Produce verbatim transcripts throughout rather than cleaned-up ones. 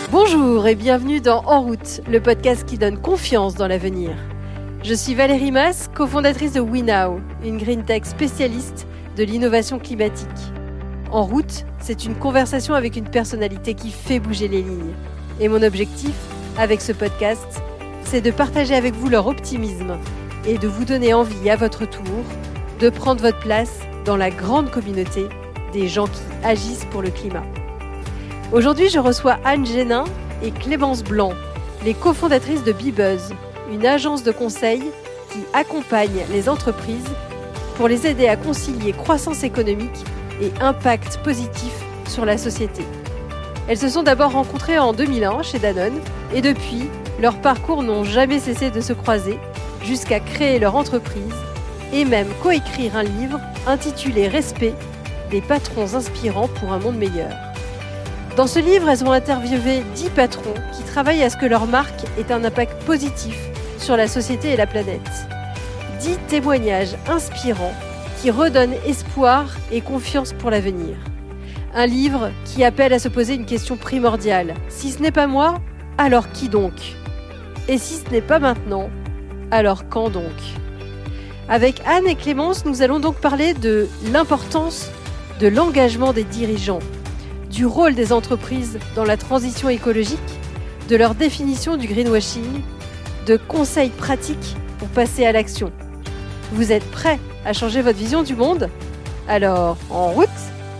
Bonjour et bienvenue dans En route, le podcast qui donne confiance dans l'avenir. Je suis Valérie Mas, cofondatrice de WeNow, une green tech spécialiste de l'innovation climatique. En route, c'est une conversation avec une personnalité qui fait bouger les lignes. Et mon objectif, avec ce podcast, c'est de partager avec vous leur optimisme et de vous donner envie à votre tour de prendre votre place dans la grande communauté des gens qui agissent pour le climat. Aujourd'hui, je reçois Anne Génin et Clémence Blanc, les cofondatrices de Bebuzz, une agence de conseil qui accompagne les entreprises pour les aider à concilier croissance économique et impact positif sur la société. Elles se sont d'abord rencontrées en deux mille un chez Danone et depuis, leurs parcours n'ont jamais cessé de se croiser jusqu'à créer leur entreprise et même coécrire un livre intitulé « Respect, des patrons inspirants pour un monde meilleur ». Dans ce livre, elles ont interviewé dix patrons qui travaillent à ce que leur marque ait un impact positif sur la société et la planète. dix témoignages inspirants qui redonnent espoir et confiance pour l'avenir. Un livre qui appelle à se poser une question primordiale. Si ce n'est pas moi, alors qui donc ? Et si ce n'est pas maintenant, alors quand donc ? Avec Anne et Clémence, nous allons donc parler de l'importance de l'engagement des dirigeants, du rôle des entreprises dans la transition écologique, de leur définition du greenwashing, de conseils pratiques pour passer à l'action. Vous êtes prêts à changer votre vision du monde ? Alors, en route !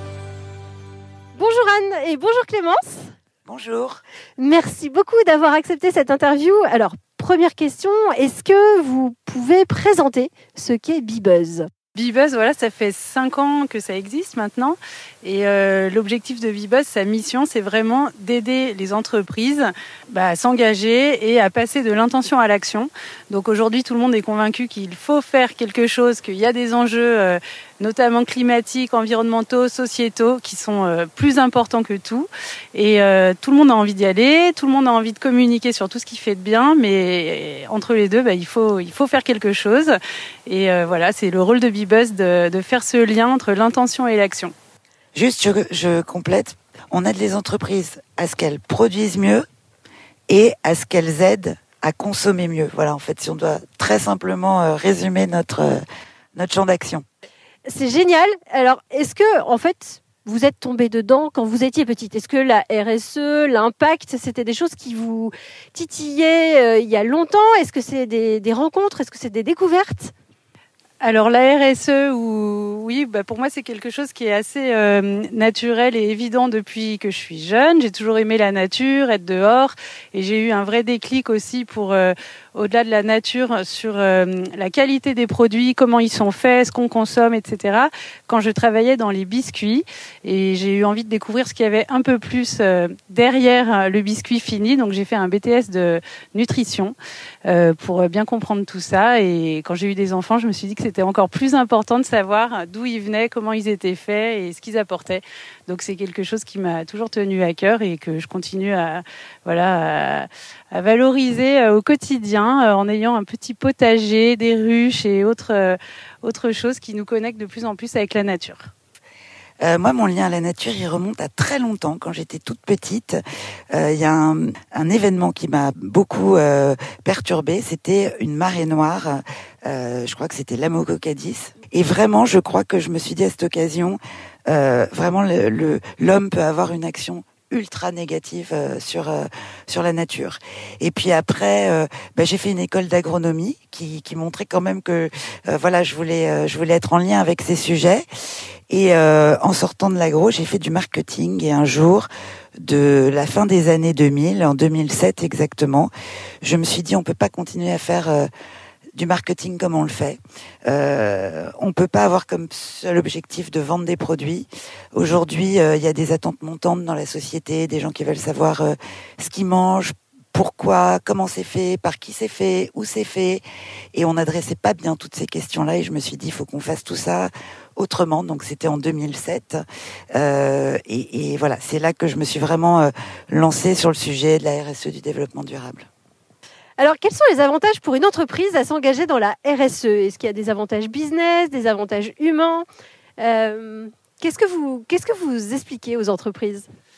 Bonjour Anne et bonjour Clémence. Bonjour. Merci beaucoup d'avoir accepté cette interview. Alors, première question, est-ce que vous pouvez présenter ce qu'est Bebuzz ? Bebuzz, voilà, ça fait cinq ans que ça existe maintenant. Et euh, l'objectif de Bebuzz, sa mission, c'est vraiment d'aider les entreprises bah, à s'engager et à passer de l'intention à l'action. Donc aujourd'hui, tout le monde est convaincu qu'il faut faire quelque chose, qu'il y a des enjeux, euh, notamment climatiques, environnementaux, sociétaux, qui sont euh, plus importants que tout. Et euh, tout le monde a envie d'y aller, tout le monde a envie de communiquer sur tout ce qui fait de bien, mais entre les deux, bah, il faut, il faut faire quelque chose. Et euh, voilà, c'est le rôle de Bebuzz de, de faire ce lien entre l'intention et l'action. Juste, je, je complète, on aide les entreprises à ce qu'elles produisent mieux et à ce qu'elles aident à consommer mieux. Voilà, en fait, si on doit très simplement euh, résumer notre, euh, notre champ d'action. C'est génial. Alors, est-ce que, en fait, vous êtes tombée dedans quand vous étiez petite ? Est-ce que la R S E, l'impact, c'était des choses qui vous titillaient euh, il y a longtemps ? Est-ce que c'est des, des rencontres ? Est-ce que c'est des découvertes ? Alors la R S E, ou oui, bah pour moi c'est quelque chose qui est assez euh, naturel et évident depuis que je suis jeune. J'ai toujours aimé la nature, être dehors, et j'ai eu un vrai déclic aussi pour euh, au-delà de la nature sur euh, la qualité des produits, comment ils sont faits, ce qu'on consomme, et cetera. Quand je travaillais dans les biscuits, et j'ai eu envie de découvrir ce qu'il y avait un peu plus euh, derrière le biscuit fini. Donc j'ai fait un B T S de nutrition euh, pour bien comprendre tout ça. Et quand j'ai eu des enfants, je me suis dit que c'était encore plus important de savoir d'où ils venaient, comment ils étaient faits et ce qu'ils apportaient. Donc c'est quelque chose qui m'a toujours tenu à cœur et que je continue à, voilà, à, à valoriser au quotidien en ayant un petit potager, des ruches et autres, autres choses qui nous connectent de plus en plus avec la nature. Euh, moi, mon lien à la nature, il remonte à très longtemps. Quand j'étais toute petite, euh, il y a un, un événement qui m'a beaucoup euh, perturbée. C'était une marée noire. Euh, je crois que c'était l'Amococadis. Et vraiment, je crois que je me suis dit à cette occasion, euh, vraiment, le, le, l'homme peut avoir une action ultra négative euh, sur euh, sur la nature. Et puis après, euh, bah, j'ai fait une école d'agronomie qui qui montrait quand même que euh, voilà, je voulais euh, je voulais être en lien avec ces sujets. Et euh, en sortant de l'agro, j'ai fait du marketing. Et un jour, de la fin des années deux mille, en deux mille sept exactement, je me suis dit on peut pas continuer à faire euh, du marketing comme on le fait. Euh, on peut pas avoir comme seul objectif de vendre des produits. Aujourd'hui, euh, il y a des attentes montantes dans la société, des gens qui veulent savoir euh, ce qu'ils mangent, pourquoi, comment c'est fait, par qui c'est fait, où c'est fait. Et on n'adressait pas bien toutes ces questions-là. Et je me suis dit, il faut qu'on fasse tout ça autrement. Donc c'était en deux mille sept. Euh, et, et voilà, c'est là que je me suis vraiment euh, lancée sur le sujet de la R S E, du développement durable. Alors, quels sont les avantages pour une entreprise à s'engager dans la R S E ? Est-ce qu'il y a des avantages business, des avantages humains ? euh, qu'est-ce que vous, qu'est-ce que vous expliquez aux entreprises ?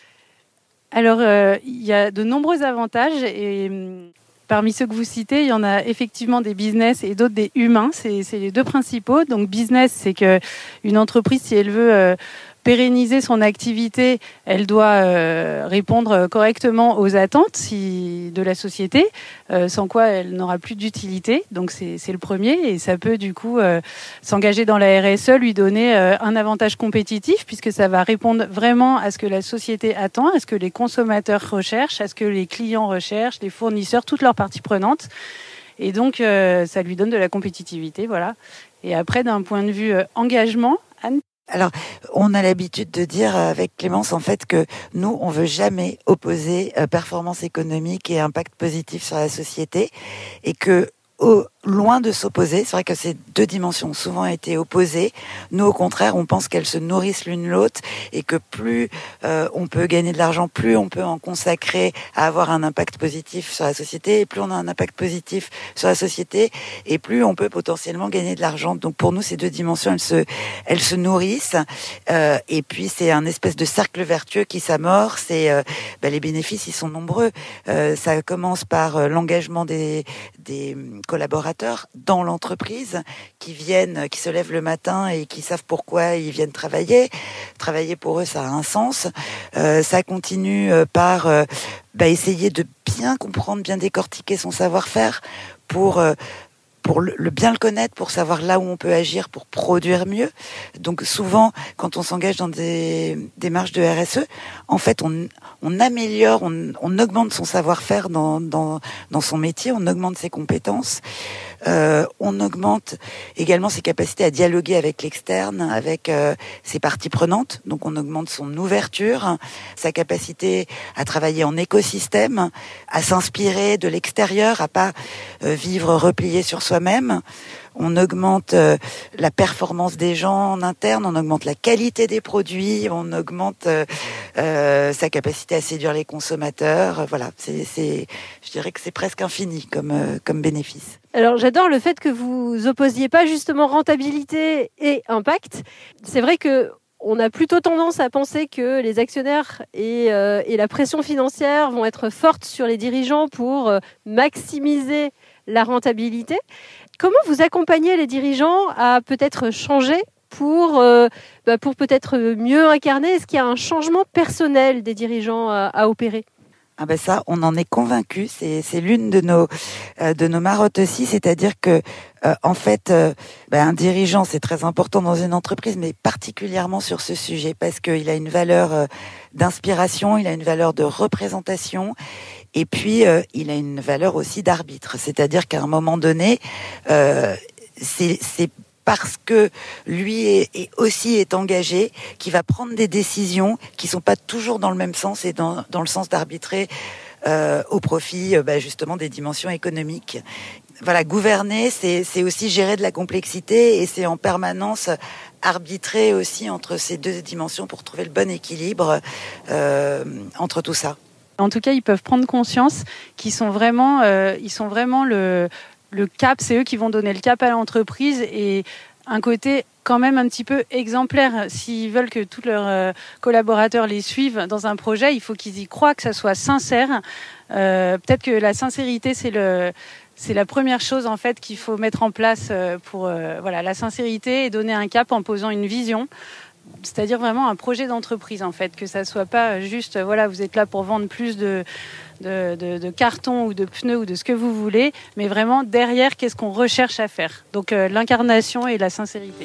Alors, euh, il y a de nombreux avantages et parmi ceux que vous citez, il y en a effectivement des business et d'autres des humains. C'est, c'est les deux principaux. Donc, business, c'est que une entreprise, si elle veut euh, pérenniser son activité, elle doit euh, répondre correctement aux attentes si, de la société, euh, sans quoi elle n'aura plus d'utilité. Donc, c'est, c'est le premier. Et ça peut, du coup, euh, s'engager dans la R S E, lui donner euh, un avantage compétitif, puisque ça va répondre vraiment à ce que la société attend, à ce que les consommateurs recherchent, à ce que les clients recherchent, les fournisseurs, toutes leurs parties prenantes. Et donc, euh, ça lui donne de la compétitivité, voilà. Et après, d'un point de vue euh, engagement, Anne ? Alors, on a l'habitude de dire avec Clémence, en fait, que nous, on veut jamais opposer euh, performance économique et impact positif sur la société, et que Au, loin de s'opposer, c'est vrai que ces deux dimensions ont souvent été opposées. Nous, au contraire, on pense qu'elles se nourrissent l'une l'autre et que plus euh, on peut gagner de l'argent, plus on peut en consacrer à avoir un impact positif sur la société, et plus on a un impact positif sur la société, et plus on peut potentiellement gagner de l'argent. Donc pour nous, ces deux dimensions, elles se, elles se nourrissent. Euh, et puis c'est un espèce de cercle vertueux qui s'amorce. Et euh, ben, les bénéfices, ils sont nombreux. Euh, ça commence par euh, l'engagement des, des collaborateurs dans l'entreprise qui viennent, qui se lèvent le matin et qui savent pourquoi ils viennent travailler. Travailler pour eux, ça a un sens. Euh, ça continue par euh, bah, essayer de bien comprendre, bien décortiquer son savoir-faire pour euh, pour le, le bien le connaître, pour savoir là où on peut agir pour produire mieux. Donc souvent, quand on s'engage dans des démarches de R S E, en fait, on, on améliore, on, on augmente son savoir-faire dans, dans, dans son métier, on augmente ses compétences, euh, on augmente également ses capacités à dialoguer avec l'externe, avec euh, ses parties prenantes. Donc on augmente son ouverture, sa capacité à travailler en écosystème, à s'inspirer de l'extérieur, à pas euh, vivre replié sur soi-même. On augmente euh, la performance des gens en interne, on augmente la qualité des produits, on augmente euh, euh, sa capacité à séduire les consommateurs. Voilà, c'est, c'est, je dirais que c'est presque infini comme, euh, comme bénéfice. Alors j'adore le fait que vous opposiez pas justement rentabilité et impact. C'est vrai que on a plutôt tendance à penser que les actionnaires et, euh, et la pression financière vont être fortes sur les dirigeants pour euh, maximiser la rentabilité. Comment vous accompagnez les dirigeants à peut-être changer pour, euh, bah pour peut-être mieux incarner ? Est-ce qu'il y a un changement personnel des dirigeants à, à opérer ? Ah ben ça, on en est convaincu. C'est, c'est l'une de nos euh, de nos marottes aussi, c'est-à-dire que euh, en fait, euh, ben un dirigeant, c'est très important dans une entreprise, mais particulièrement sur ce sujet parce qu'il a une valeur euh, d'inspiration, il a une valeur de représentation. Et puis, euh, il a une valeur aussi d'arbitre. C'est-à-dire qu'à un moment donné, euh, c'est, c'est parce que lui est, est aussi est engagé qu'il va prendre des décisions qui sont pas toujours dans le même sens et dans, dans le sens d'arbitrer euh, au profit euh, bah, justement des dimensions économiques. Voilà, gouverner, c'est, c'est aussi gérer de la complexité et c'est en permanence arbitrer aussi entre ces deux dimensions pour trouver le bon équilibre euh, entre tout ça. En tout cas, ils peuvent prendre conscience qu'ils sont vraiment, euh, ils sont vraiment le, le cap. C'est eux qui vont donner le cap à l'entreprise et un côté quand même un petit peu exemplaire. S'ils veulent que tous leurs euh, collaborateurs les suivent dans un projet, il faut qu'ils y croient, que ça soit sincère. Euh, peut-être que la sincérité, c'est le c'est la première chose en fait qu'il faut mettre en place pour euh, voilà la sincérité et donner un cap en posant une vision. C'est-à-dire vraiment un projet d'entreprise en fait, que ça soit pas juste voilà vous êtes là pour vendre plus de de, de, de cartons ou de pneus ou de ce que vous voulez, mais vraiment derrière qu'est-ce qu'on recherche à faire. Donc euh, l'incarnation et la sincérité.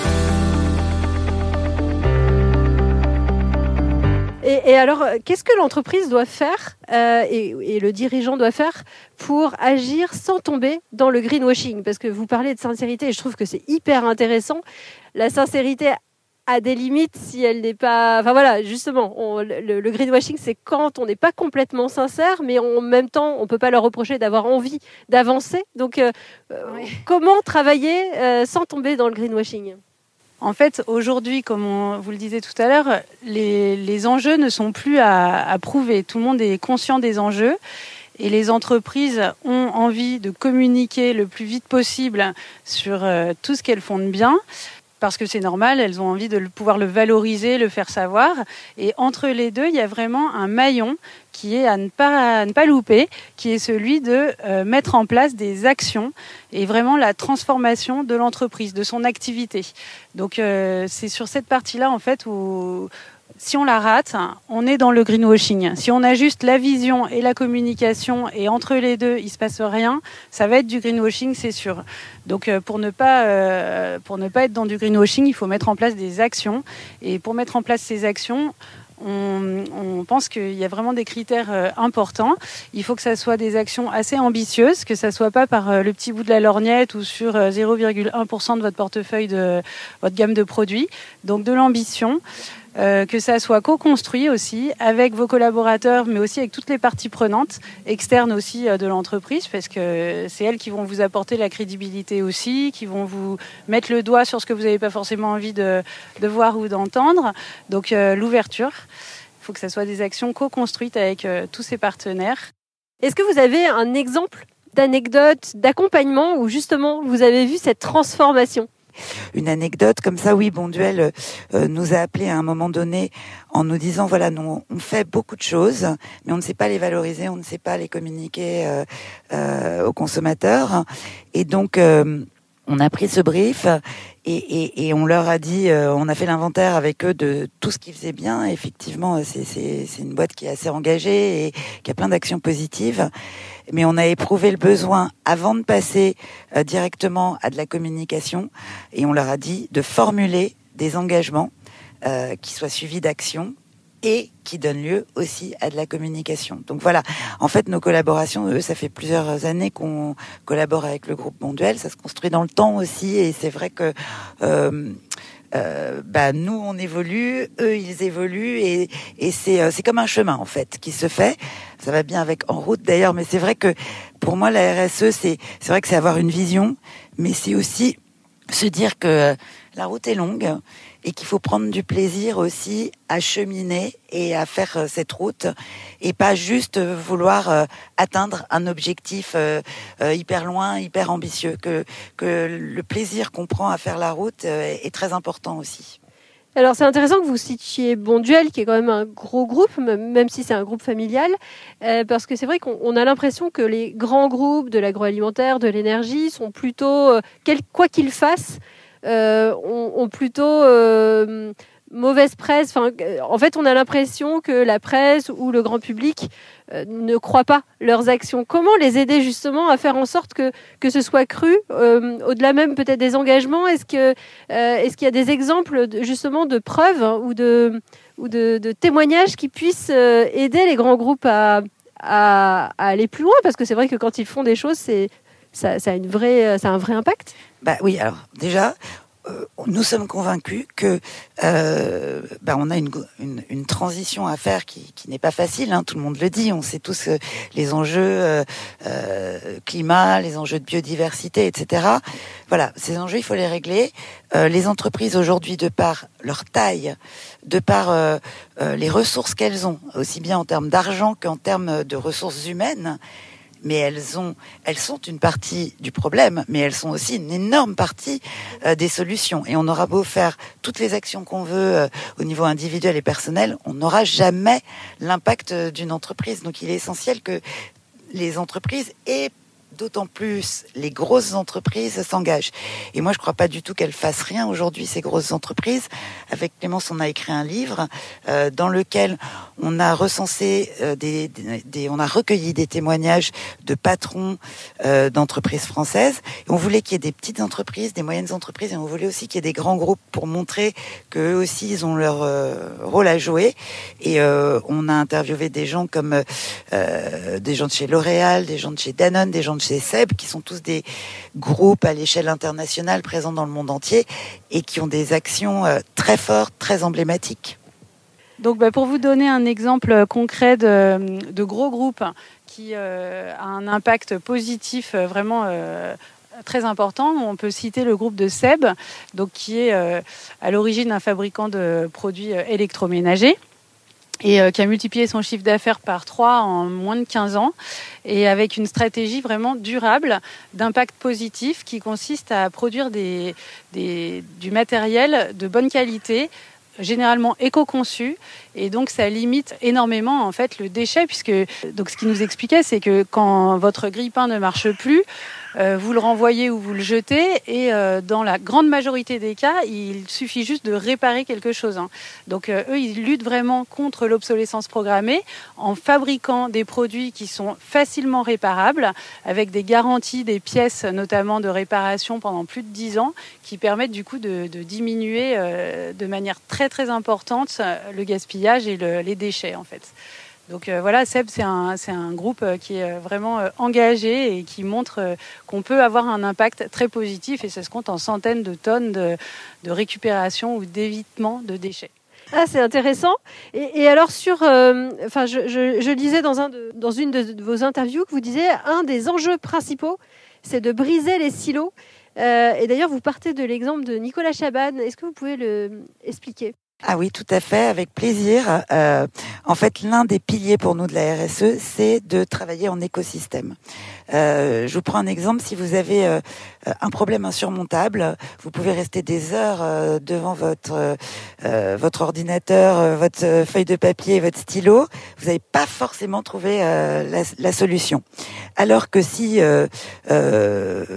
Et, et alors, qu'est-ce que l'entreprise doit faire euh, et, et le dirigeant doit faire pour agir sans tomber dans le greenwashing ? Parce que vous parlez de sincérité et je trouve que c'est hyper intéressant. La sincérité a des limites si elle n'est pas... Enfin voilà, justement, on, le, le greenwashing, c'est quand on n'est pas complètement sincère, mais en même temps, on ne peut pas leur reprocher d'avoir envie d'avancer. Donc, euh, oui. Comment travailler euh, sans tomber dans le greenwashing ? En fait, aujourd'hui, comme on vous le disait tout à l'heure, les, les enjeux ne sont plus à, à prouver. Tout le monde est conscient des enjeux et les entreprises ont envie de communiquer le plus vite possible sur euh, tout ce qu'elles font de bien. parce que c'est normal, elles ont envie de le, pouvoir le valoriser, le faire savoir. Et entre les deux, il y a vraiment un maillon qui est à ne pas, à ne pas louper, qui est celui de euh, mettre en place des actions et vraiment la transformation de l'entreprise, de son activité. Donc euh, c'est sur cette partie-là en fait où si on la rate, on est dans le greenwashing. Si on a juste la vision et la communication et entre les deux, il se passe rien, ça va être du greenwashing, c'est sûr. Donc euh, pour ne pas euh, pour ne pas être dans du greenwashing, il faut mettre en place des actions. Et pour mettre en place ces actions, On, on pense qu'il y a vraiment des critères euh, importants. Il faut que ça soit des actions assez ambitieuses, que ça soit pas par euh, le petit bout de la lorgnette ou sur euh, zéro virgule un pour cent de votre portefeuille, de votre gamme de produits. Donc de l'ambition. Euh, que ça soit co-construit aussi avec vos collaborateurs, mais aussi avec toutes les parties prenantes, externes aussi euh, de l'entreprise, parce que c'est elles qui vont vous apporter la crédibilité aussi, qui vont vous mettre le doigt sur ce que vous n'avez pas forcément envie de, de voir ou d'entendre. Donc euh, l'ouverture, il faut que ça soit des actions co-construites avec euh, tous ces partenaires. Est-ce que vous avez un exemple d'anecdote, d'accompagnement où justement vous avez vu cette transformation ? Une anecdote comme ça, oui, Bonduelle euh, nous a appelé à un moment donné en nous disant, voilà, nous, on fait beaucoup de choses, mais on ne sait pas les valoriser, on ne sait pas les communiquer euh, euh, aux consommateurs. Et donc, euh, on a pris ce brief et, et, et on leur a dit, euh, on a fait l'inventaire avec eux de tout ce qu'ils faisaient bien. Effectivement, c'est, c'est, c'est une boîte qui est assez engagée et qui a plein d'actions positives. Mais on a éprouvé le besoin, avant de passer euh, directement à de la communication, et on leur a dit de formuler des engagements euh, qui soient suivis d'actions et qui donnent lieu aussi à de la communication. Donc voilà, en fait, nos collaborations, eux, ça fait plusieurs années qu'on collabore avec le groupe Bonduelle, ça se construit dans le temps aussi, et c'est vrai que... Euh, Euh, bah nous on évolue, eux ils évoluent et, et c'est euh, c'est comme un chemin en fait qui se fait. Ça va bien avec En route d'ailleurs, mais c'est vrai que pour moi la R S E c'est c'est vrai que c'est avoir une vision, mais c'est aussi se dire que la route est longue et qu'il faut prendre du plaisir aussi à cheminer et à faire cette route et pas juste vouloir euh, atteindre un objectif euh, euh, hyper loin, hyper ambitieux. Que, que le plaisir qu'on prend à faire la route euh, est très important aussi. Alors c'est intéressant que vous citiez Bonduelle, qui est quand même un gros groupe, même si c'est un groupe familial, euh, parce que c'est vrai qu'on on a l'impression que les grands groupes de l'agroalimentaire, de l'énergie, sont plutôt, euh, quel, quoi qu'ils fassent, euh, ont, ont plutôt euh, mauvaise presse. Enfin, en fait, on a l'impression que la presse ou le grand public euh, ne croit pas leurs actions. Comment les aider justement à faire en sorte que, que ce soit cru, euh, au-delà même peut-être des engagements? Est-ce que, euh, est-ce qu'il y a des exemples de, justement de preuves hein, ou, de, ou de, de témoignages qui puissent euh, aider les grands groupes à, à, à aller plus loin? Parce que c'est vrai que quand ils font des choses, c'est, ça, ça, a une vraie, ça a un vrai impact. Bah oui, alors déjà, euh, nous sommes convaincus que euh, bah on a une, une, une transition à faire qui, qui n'est pas facile. Hein, tout le monde le dit. On sait tous euh, les enjeux euh, euh, climat, les enjeux de biodiversité, et cetera. Voilà, ces enjeux, il faut les régler. Euh, les entreprises aujourd'hui, de par leur taille, de par euh, euh, les ressources qu'elles ont, aussi bien en termes d'argent qu'en termes de ressources humaines, mais elles ont, elles sont une partie du problème, mais elles sont aussi une énorme partie euh, des solutions. Et on aura beau faire toutes les actions qu'on veut euh, au niveau individuel et personnel, on n'aura jamais l'impact d'une entreprise. Donc il est essentiel que les entreprises et d'autant plus les grosses entreprises s'engagent. Et moi, je ne crois pas du tout qu'elles fassent rien aujourd'hui, ces grosses entreprises. Avec Clémence, on a écrit un livre euh, dans lequel on a recensé euh, des, des, des, on a recueilli des témoignages de patrons euh, d'entreprises françaises. Et on voulait qu'il y ait des petites entreprises, des moyennes entreprises, et on voulait aussi qu'il y ait des grands groupes pour montrer qu'eux aussi, ils ont leur euh, rôle à jouer. Et euh, on a interviewé des gens comme euh, des gens de chez L'Oréal, des gens de chez Danone, des gens de chez Seb, qui sont tous des groupes à l'échelle internationale présents dans le monde entier et qui ont des actions euh, très fortes, très emblématiques. Donc, bah, pour vous donner un exemple concret de, de gros groupes qui euh, a un impact positif euh, vraiment euh, très important, on peut citer le groupe de Seb, donc, qui est euh, à l'origine un fabricant de produits électroménagers. et euh, qui a multiplié son chiffre d'affaires par trois en moins de quinze ans, et avec une stratégie vraiment durable d'impact positif qui consiste à produire des, des, du matériel de bonne qualité, généralement éco-conçu, et donc ça limite énormément en fait le déchet, puisque donc ce qu'il nous expliquait, c'est que quand votre grille-pain ne marche plus, euh, vous le renvoyez ou vous le jetez, et euh, dans la grande majorité des cas, il suffit juste de réparer quelque chose. Hein. Donc euh, eux, ils luttent vraiment contre l'obsolescence programmée en fabriquant des produits qui sont facilement réparables, avec des garanties des pièces, notamment de réparation pendant plus de dix ans, qui permettent du coup de, de diminuer euh, de manière très très importante le gaspillage et le, les déchets en fait. Donc euh, voilà, Seb, c'est un, c'est un groupe euh, qui est vraiment euh, engagé et qui montre euh, qu'on peut avoir un impact très positif, et ça se compte en centaines de tonnes de, de récupération ou d'évitement de déchets. Ah, c'est intéressant. Et, et alors sur, euh, enfin, je, je, je lisais dans un de, dans une de, de vos interviews que vous disiez un des enjeux principaux, c'est de briser les silos. Euh, et d'ailleurs, vous partez de l'exemple de Nicolas Chaban. Est-ce que vous pouvez le expliquer ? Ah oui, tout à fait, avec plaisir. Euh, en fait, l'un des piliers pour nous de la R S E, c'est de travailler en écosystème. Euh, je vous prends un exemple. Si vous avez euh, un problème insurmontable, vous pouvez rester des heures euh, devant votre euh, votre ordinateur, euh, votre feuille de papier, votre stylo. Vous n'avez pas forcément trouvé euh, la, la solution. Alors que si euh, euh,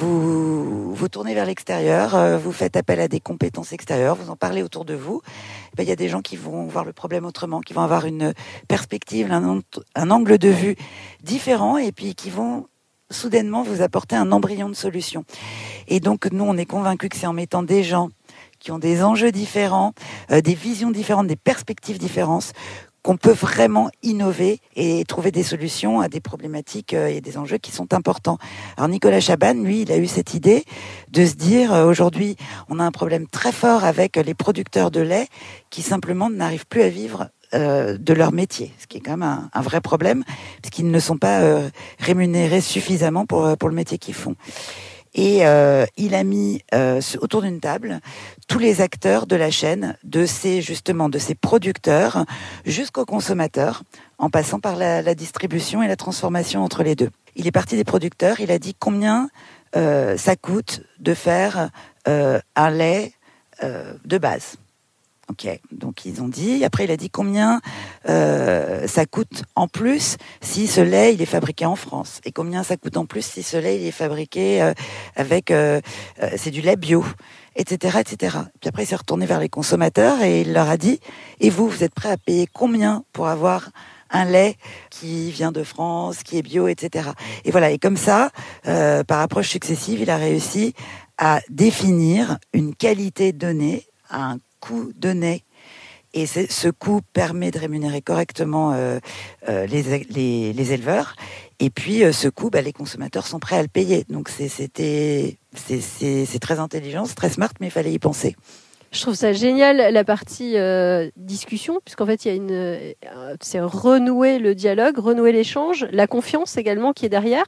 vous vous tournez vers l'extérieur, euh, vous faites appel à des compétences extérieures, vous en parlez autour de vous, ben, il y a des gens qui vont voir le problème autrement, qui vont avoir une perspective, un, un angle de vue différent, et puis qui vont soudainement vous apporter un embryon de solution. Et donc, nous, on est convaincus que c'est en mettant des gens qui ont des enjeux différents, euh, des visions différentes, des perspectives différentes, qu'on peut vraiment innover et trouver des solutions à des problématiques et des enjeux qui sont importants. Alors Nicolas Chaban, lui, il a eu cette idée de se dire, euh, aujourd'hui, on a un problème très fort avec les producteurs de lait qui simplement n'arrivent plus à vivre euh, de leur métier, ce qui est quand même un, un vrai problème, puisqu'ils ne sont pas euh, rémunérés suffisamment pour, pour le métier qu'ils font. Et euh, il a mis euh, autour d'une table tous les acteurs de la chaîne, de ces justement de ces producteurs jusqu'aux consommateurs, en passant par la, la distribution et la transformation entre les deux. Il est parti des producteurs. Il a dit combien euh, ça coûte de faire euh, un lait euh, de base. Ok, donc ils ont dit. Après, il a dit combien euh, ça coûte en plus si ce lait il est fabriqué en France, et combien ça coûte en plus si ce lait il est fabriqué euh, avec euh, euh, c'est du lait bio, et cetera, et cetera. Puis après, il s'est retourné vers les consommateurs et il leur a dit et vous, vous êtes prêts à payer combien pour avoir un lait qui vient de France, qui est bio, et cetera. Et voilà. Et comme ça, euh, par approche successive, il a réussi à définir une qualité donnée à un coût donné, et ce coût permet de rémunérer correctement euh, euh, les, les, les éleveurs, et puis euh, ce coût, bah, les consommateurs sont prêts à le payer. Donc c'est, c'était, c'est, c'est, c'est très intelligent, c'est très smart, mais il fallait y penser. Je trouve ça génial, la partie euh, discussion, puisqu'en fait, il y a une, euh, c'est renouer le dialogue, renouer l'échange, la confiance également qui est derrière.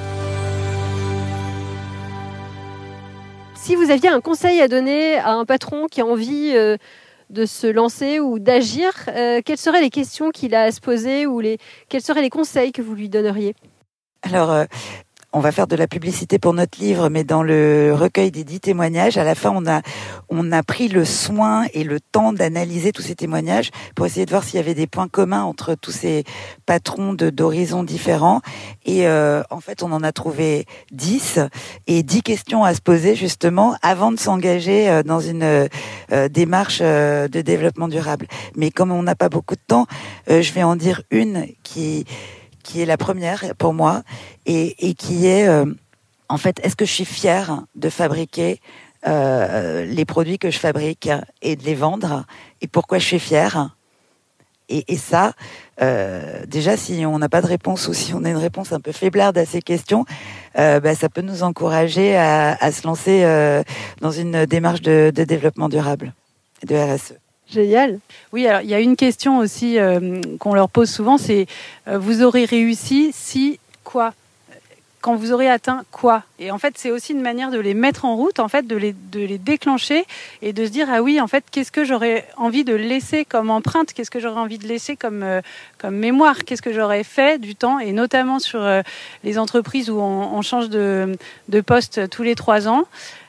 Si vous aviez un conseil à donner à un patron qui a envie euh, de se lancer ou d'agir, euh, quelles seraient les questions qu'il a à se poser, ou les, quels seraient les conseils que vous lui donneriez ? Alors, euh, on va faire de la publicité pour notre livre, mais dans le recueil des dix témoignages, à la fin, on a, on a pris le soin et le temps d'analyser tous ces témoignages pour essayer de voir s'il y avait des points communs entre tous ces patrons de, d'horizons différents. Et euh, en fait, on en a trouvé dix, et dix questions à se poser justement avant de s'engager dans une euh, démarche de développement durable. Mais comme on n'a pas beaucoup de temps, euh, je vais en dire une qui qui est la première pour moi, et, et qui est, euh, en fait, est-ce que je suis fière de fabriquer euh, les produits que je fabrique et de les vendre, et pourquoi je suis fière ? Et, et ça, euh, déjà, si on n'a pas de réponse, ou si on a une réponse un peu faiblarde à ces questions, euh, bah, ça peut nous encourager à, à se lancer euh, dans une démarche de, de développement durable, de R S E. Génial. Oui, alors il y a une question aussi euh, qu'on leur pose souvent, c'est euh, vous aurez réussi si quoi ? quand vous aurez atteint quoi ? Et en fait, c'est aussi une manière de les mettre en route, en fait, de les, de les déclencher et de se dire, ah oui, en fait, qu'est-ce que j'aurais envie de laisser comme empreinte ? Qu'est-ce que j'aurais envie de laisser comme, euh, comme mémoire ? Qu'est-ce que j'aurais fait du temps ? Et notamment sur euh, les entreprises où on, on change de, de poste tous les trois ans.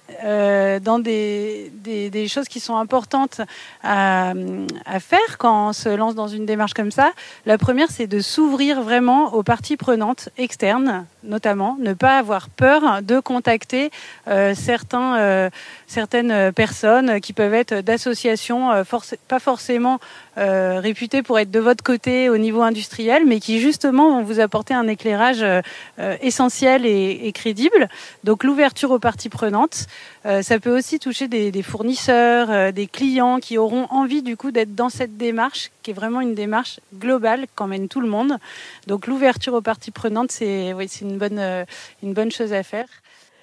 Euh, dans des, des, des choses qui sont importantes à, à faire quand on se lance dans une démarche comme ça. La première, c'est de s'ouvrir vraiment aux parties prenantes externes, notamment, ne pas avoir peur de contacter euh, certains, euh, certaines personnes qui peuvent être d'associations, euh, forc- pas forcément euh, réputées pour être de votre côté au niveau industriel, mais qui justement vont vous apporter un éclairage euh, essentiel et, et crédible. Donc l'ouverture aux parties prenantes. Euh, ça peut aussi toucher des, des fournisseurs, euh, des clients qui auront envie du coup d'être dans cette démarche, qui est vraiment une démarche globale qu'emmène tout le monde. Donc l'ouverture aux parties prenantes, c'est, oui, c'est une bonne, euh, une bonne chose à faire.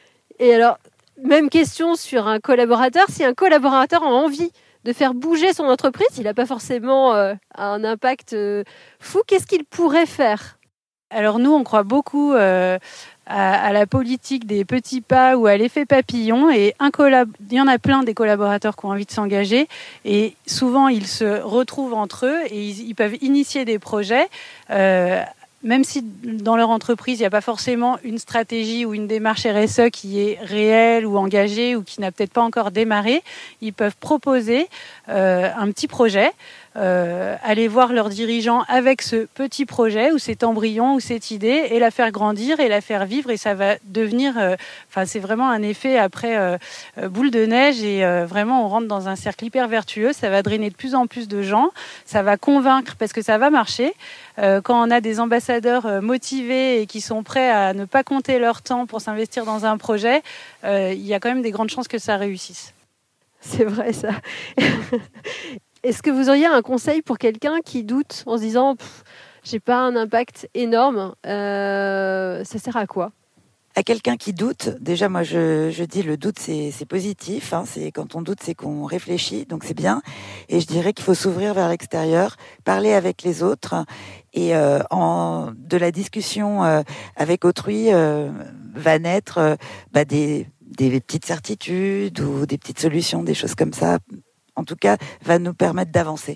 Et alors, même question sur un collaborateur. Si un collaborateur a envie de faire bouger son entreprise, il n'a pas forcément euh, un impact euh, fou, qu'est-ce qu'il pourrait faire ? Alors nous, on croit beaucoup euh, à, à la politique des petits pas ou à l'effet papillon. Et un collab... il y en a plein des collaborateurs qui ont envie de s'engager. Et souvent, ils se retrouvent entre eux et ils, ils peuvent initier des projets. Euh, même si dans leur entreprise, il n'y a pas forcément une stratégie ou une démarche R S E qui est réelle ou engagée ou qui n'a peut-être pas encore démarré, ils peuvent proposer euh, un petit projet. Euh, aller voir leurs dirigeants avec ce petit projet ou cet embryon ou cette idée et la faire grandir et la faire vivre et ça va devenir, enfin euh, c'est vraiment un effet après euh, euh, boule de neige et euh, vraiment on rentre dans un cercle hyper vertueux, ça va drainer de plus en plus de gens, ça va convaincre parce que ça va marcher. Euh, quand on a des ambassadeurs euh, motivés et qui sont prêts à ne pas compter leur temps pour s'investir dans un projet, euh, il y a quand même des grandes chances que ça réussisse. C'est vrai ça. Est-ce que vous auriez un conseil pour quelqu'un qui doute en se disant « j'ai pas un impact énorme euh, », ça sert à quoi ? À quelqu'un qui doute, déjà moi je, je dis le doute c'est, c'est positif, hein, c'est quand on doute c'est qu'on réfléchit, donc c'est bien. Et je dirais qu'il faut s'ouvrir vers l'extérieur, parler avec les autres et euh, en de la discussion euh, avec autrui euh, va naître euh, bah, des, des petites certitudes ou des petites solutions, des choses comme ça. En tout cas, va nous permettre d'avancer.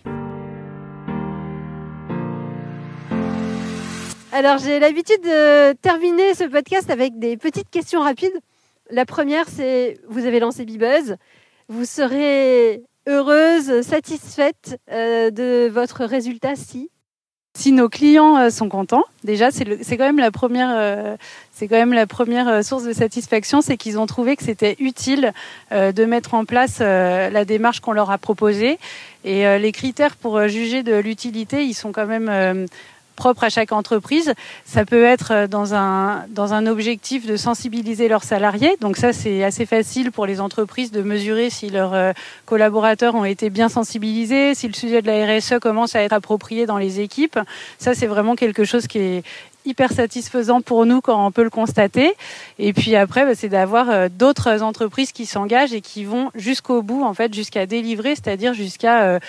Alors, j'ai l'habitude de terminer ce podcast avec des petites questions rapides. La première, c'est, vous avez lancé Bibuzz. Vous serez heureuse, satisfaite euh, de votre résultat si Si nos clients sont contents, déjà c'est, le, c'est quand même la première, euh, c'est quand même la première source de satisfaction, c'est qu'ils ont trouvé que c'était utile euh, de mettre en place euh, la démarche qu'on leur a proposée. Et euh, les critères pour juger de l'utilité, ils sont quand même euh, propre à chaque entreprise. Ça peut être dans un, dans un objectif de sensibiliser leurs salariés. Donc ça, c'est assez facile pour les entreprises de mesurer si leurs euh, collaborateurs ont été bien sensibilisés, si le sujet de la R S E commence à être approprié dans les équipes. Ça, c'est vraiment quelque chose qui est hyper satisfaisant pour nous quand on peut le constater. Et puis après, bah, c'est d'avoir euh, d'autres entreprises qui s'engagent et qui vont jusqu'au bout, en fait, jusqu'à délivrer, c'est-à-dire jusqu'à euh,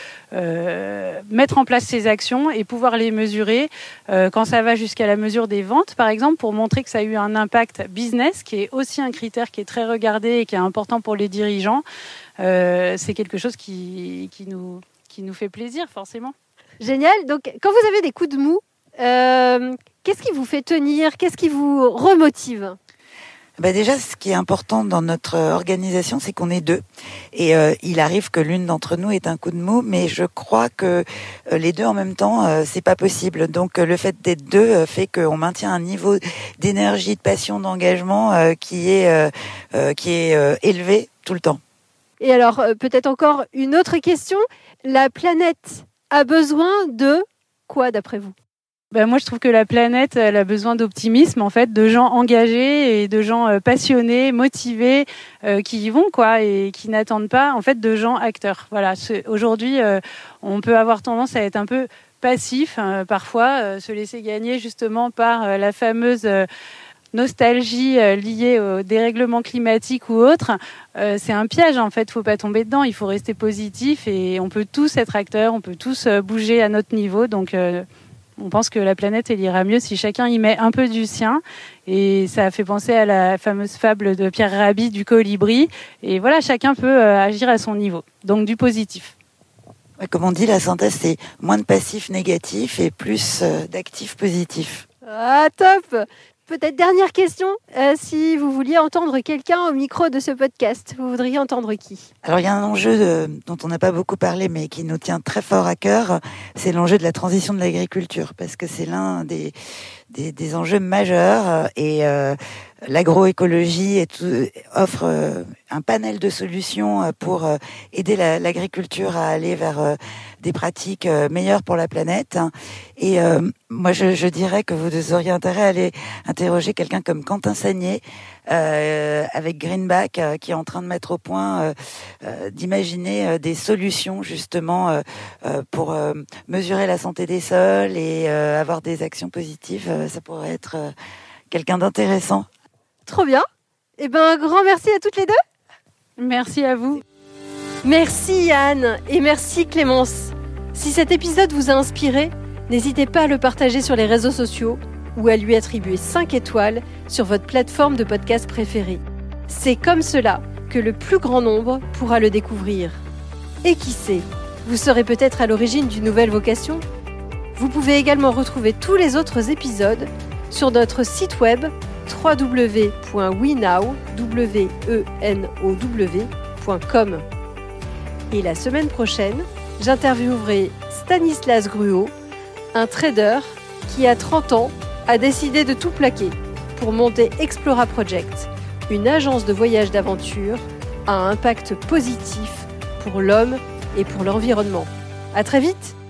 euh, mettre en place ces actions et pouvoir les mesurer. Euh, quand ça va jusqu'à la mesure des ventes, par exemple, pour montrer que ça a eu un impact business, qui est aussi un critère qui est très regardé et qui est important pour les dirigeants, euh, c'est quelque chose qui, qui, nous, qui nous fait plaisir, forcément. Génial. Donc, quand vous avez des coups de mou, euh, qu'est-ce qui vous fait tenir ? Qu'est-ce qui vous remotive ? Bah déjà, ce qui est important dans notre organisation, c'est qu'on est deux. Et euh, il arrive que l'une d'entre nous ait un coup de mou, mais je crois que euh, les deux en même temps, euh, c'est pas possible. Donc euh, le fait d'être deux euh, fait qu'on maintient un niveau d'énergie, de passion, d'engagement euh, qui est euh, euh, qui est euh, élevé tout le temps. Et alors, euh, peut-être encore une autre question. La planète a besoin de quoi, d'après vous ? Ben moi, je trouve que la planète, elle a besoin d'optimisme, en fait, de gens engagés et de gens euh, passionnés, motivés, euh, qui y vont, quoi, et qui n'attendent pas, en fait, de gens acteurs. Voilà. C'est, aujourd'hui, euh, on peut avoir tendance à être un peu passif, euh, parfois, euh, se laisser gagner justement par euh, la fameuse euh, nostalgie euh, liée au dérèglement climatique ou autre. Euh, c'est un piège, en fait. Faut pas tomber dedans. Il faut rester positif et on peut tous être acteurs, on peut tous euh, bouger à notre niveau. Donc, euh, On pense que la planète, elle ira mieux si chacun y met un peu du sien. Et ça a fait penser à la fameuse fable de Pierre Rabhi du colibri. Et voilà, chacun peut agir à son niveau. Donc du positif. Comme on dit, la synthèse, c'est moins de passifs négatifs et plus d'actifs positifs. Ah, top! Peut-être dernière question, euh, si vous vouliez entendre quelqu'un au micro de ce podcast, vous voudriez entendre qui? Alors il y a un enjeu de, dont on n'a pas beaucoup parlé mais qui nous tient très fort à cœur, c'est l'enjeu de la transition de l'agriculture parce que c'est l'un des, des, des enjeux majeurs et euh, l'agroécologie est tout, offre euh, un panel de solutions pour euh, aider la, l'agriculture à aller vers euh, des pratiques euh, meilleures pour la planète. Et euh, moi, je, je dirais que vous auriez intérêt à aller interroger quelqu'un comme Quentin Sagnier euh, avec Greenback euh, qui est en train de mettre au point, euh, euh, d'imaginer euh, des solutions justement euh, euh, pour euh, mesurer la santé des sols et euh, avoir des actions positives. Euh, ça pourrait être euh, quelqu'un d'intéressant. Trop bien. Eh ben, un grand merci à toutes les deux. Merci à vous. Merci Anne et merci Clémence. Si cet épisode vous a inspiré, n'hésitez pas à le partager sur les réseaux sociaux ou à lui attribuer cinq étoiles sur votre plateforme de podcast préférée. C'est comme cela que le plus grand nombre pourra le découvrir. Et qui sait, vous serez peut-être à l'origine d'une nouvelle vocation. Vous pouvez également retrouver tous les autres épisodes sur notre site web w w w point wenow point com. Et la semaine prochaine, j'interviewerai Stanislas Gruau, un trader qui, à trente ans, a décidé de tout plaquer pour monter Explora Project, une agence de voyage d'aventure à impact positif pour l'homme et pour l'environnement. À très vite!